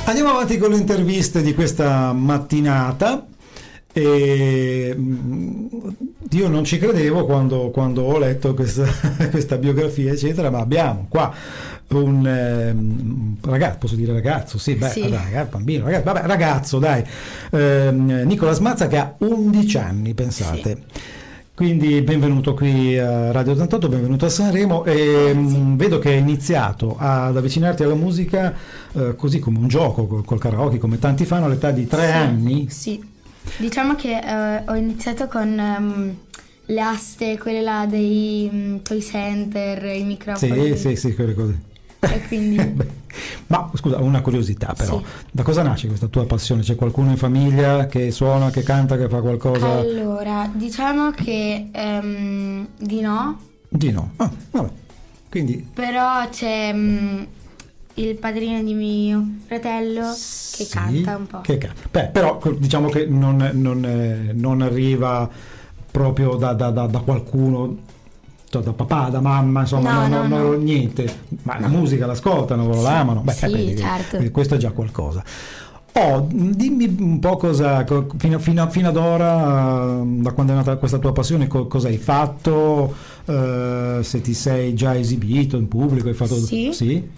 Andiamo avanti con le interviste di questa mattinata. E io non ci credevo quando ho letto questa biografia, eccetera, ma abbiamo qua un ragazzo, posso dire ragazzo? Sì, beh, sì. Bambino, ragazzo, dai, Nicola Smazza, che ha 11 anni, pensate. Sì. Quindi benvenuto qui a Radio 88, benvenuto a Sanremo, e vedo che hai iniziato ad avvicinarti alla musica così come un gioco, col karaoke, come tanti fanno, all'età di 3 anni. Sì, diciamo che ho iniziato con le aste, quelle là dei toy center, i microfoni. Sì, quelle cose. E quindi... Ma scusa, una curiosità però, da cosa nasce questa tua passione? C'è qualcuno in famiglia che suona, che canta, che fa qualcosa? Allora, diciamo che di no. Di no? Ah, vabbè. Quindi... Però c'è il padrino di mio fratello che canta un po'. Beh, però diciamo che non arriva proprio da qualcuno, da papà, da mamma, insomma, no. Niente, ma la musica l'ascoltano, l'amano. Beh, sì, certo. Questo è già qualcosa. Dimmi un po' cosa fino ad ora, da quando è nata questa tua passione, cosa hai fatto, se ti sei già esibito in pubblico, hai fatto... Sì.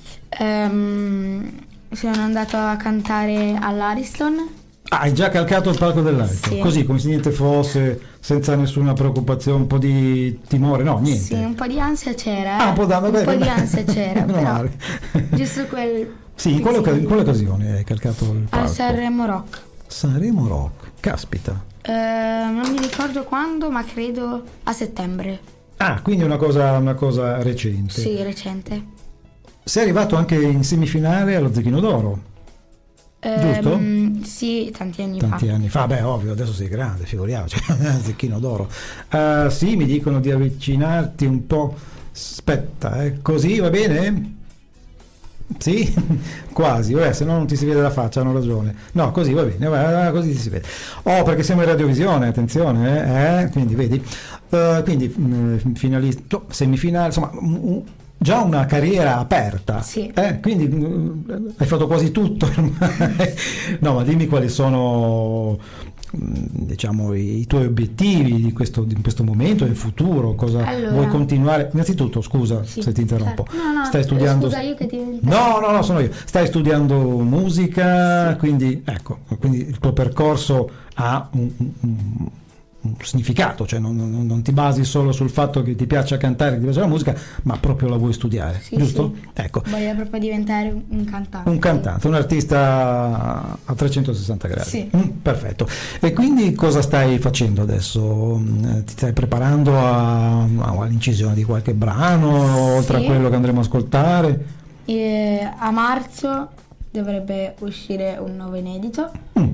Sono andato a cantare all'Ariston. Hai già calcato il palco dell'Ariston? Sì. Così, come se niente fosse, senza nessuna preoccupazione, un po' di timore, no, niente? Sì, un po' di ansia c'era. Un po' di ansia c'era, però giusto quel... Sì, in quale occasione hai calcato il palco? Al Sanremo Rock. Sanremo Rock, caspita. Non mi ricordo quando, ma credo a settembre. Ah, quindi una cosa recente. Sì, recente. Sei arrivato anche in semifinale allo Zecchino d'Oro, giusto? Sì, tanti anni fa. Beh, ovvio, adesso sei grande, figuriamoci. Zecchino d'Oro. Sì, mi dicono di avvicinarti un po'. Aspetta, così va bene? Sì, quasi, se no non ti si vede la faccia, hanno ragione. No, così va bene, così ti si vede. Perché siamo in radiovisione, attenzione, quindi vedi. Quindi finalista, semifinale, insomma, già una carriera aperta. Sì. Quindi hai fatto quasi tutto. No, ma dimmi quali sono, diciamo, i tuoi obiettivi in questo momento e in futuro, cosa vuoi continuare? Innanzitutto, scusa se ti interrompo. No, stai studiando? Scusa, io che ti... No, sono io. Stai studiando musica, sì. Quindi il tuo percorso ha un significato, cioè non ti basi solo sul fatto che ti piaccia cantare, che ti piace la musica, ma proprio la vuoi studiare, giusto? Sì. Ecco. Voglio proprio diventare un cantante. Un cantante, un artista a 360 gradi. Sì. Perfetto. E quindi cosa stai facendo adesso? Ti stai preparando all'incisione di qualche brano, oltre a quello che andremo a ascoltare? A marzo dovrebbe uscire un nuovo inedito.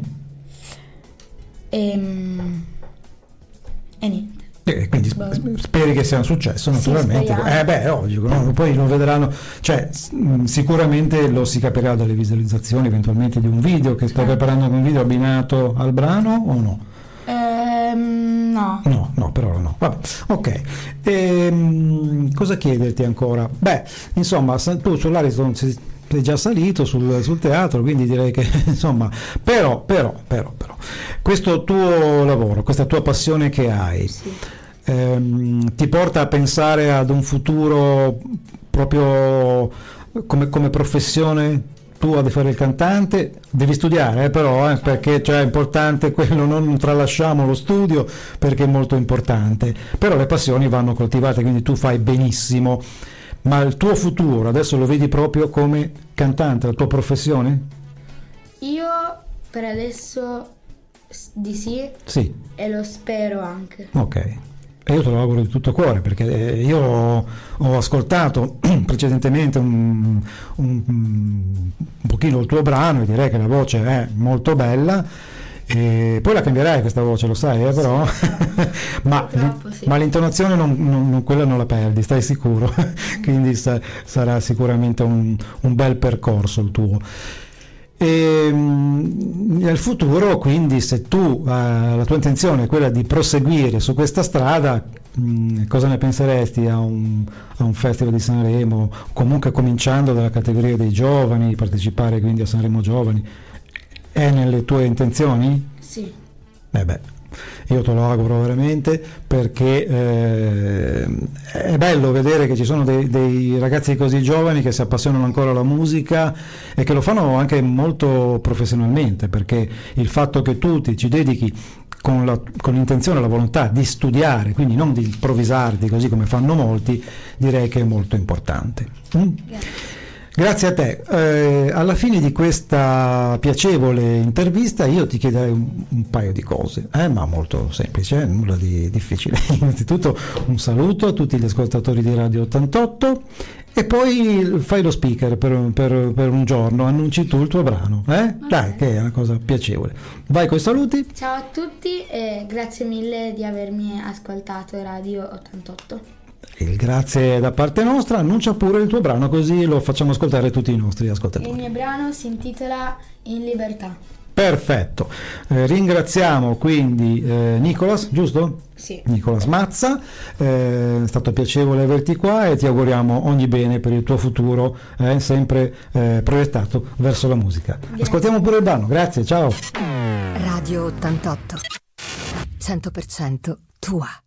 E niente. Quindi speri che sia un successo, naturalmente. Sì, logico, no? Poi lo vedranno, cioè sicuramente lo si capirà dalle visualizzazioni eventualmente di un video che stai preparando, un video abbinato al brano o no? No, per ora no. Vabbè, ok. Cosa chiederti ancora? Beh, insomma, tu sull'Ariston sei già salito sul teatro, quindi direi che insomma, però questo tuo lavoro, questa tua passione che hai, ti porta a pensare ad un futuro proprio come professione? Tu devi fare il cantante, devi studiare però, perché è importante quello, non tralasciamo lo studio perché è molto importante, però le passioni vanno coltivate, quindi tu fai benissimo. Ma il tuo futuro adesso lo vedi proprio come cantante, la tua professione? Io per adesso di sì. Sì. E lo spero anche. Ok. E io te lo auguro di tutto cuore, perché io ho ascoltato precedentemente un pochino il tuo brano e direi che la voce è molto bella. E poi la cambierai questa voce, lo sai, però ma l'intonazione quella non la perdi, stai sicuro. Quindi sarà sicuramente un bel percorso il tuo. E nel futuro, quindi, se tu la tua intenzione è quella di proseguire su questa strada, cosa ne penseresti a un festival di Sanremo, comunque cominciando dalla categoria dei giovani, partecipare quindi a Sanremo Giovani? È nelle tue intenzioni? Sì. Beh, io te lo auguro veramente, perché è bello vedere che ci sono dei ragazzi così giovani che si appassionano ancora alla musica e che lo fanno anche molto professionalmente, perché il fatto che tu ti ci dedichi con l'intenzione e la volontà di studiare, quindi non di improvvisarti così come fanno molti, direi che è molto importante. Grazie a te. Alla fine di questa piacevole intervista io ti chiederei un paio di cose, ma molto semplice, nulla di difficile. Innanzitutto un saluto a tutti gli ascoltatori di Radio 88 e poi fai lo speaker per un giorno, annunci tu il tuo brano, Dai, che è una cosa piacevole. Vai coi saluti. Ciao a tutti e grazie mille di avermi ascoltato Radio 88. Il grazie da parte nostra. Annuncia pure il tuo brano, così lo facciamo ascoltare a tutti i nostri ascoltatori. Il mio brano si intitola In libertà. Perfetto. Ringraziamo quindi Nicolas, giusto? Sì. Nicolas Mazza, è stato piacevole averti qua e ti auguriamo ogni bene per il tuo futuro, sempre proiettato verso la musica. Grazie. Ascoltiamo pure il brano, grazie, ciao. Radio 88 100% tua.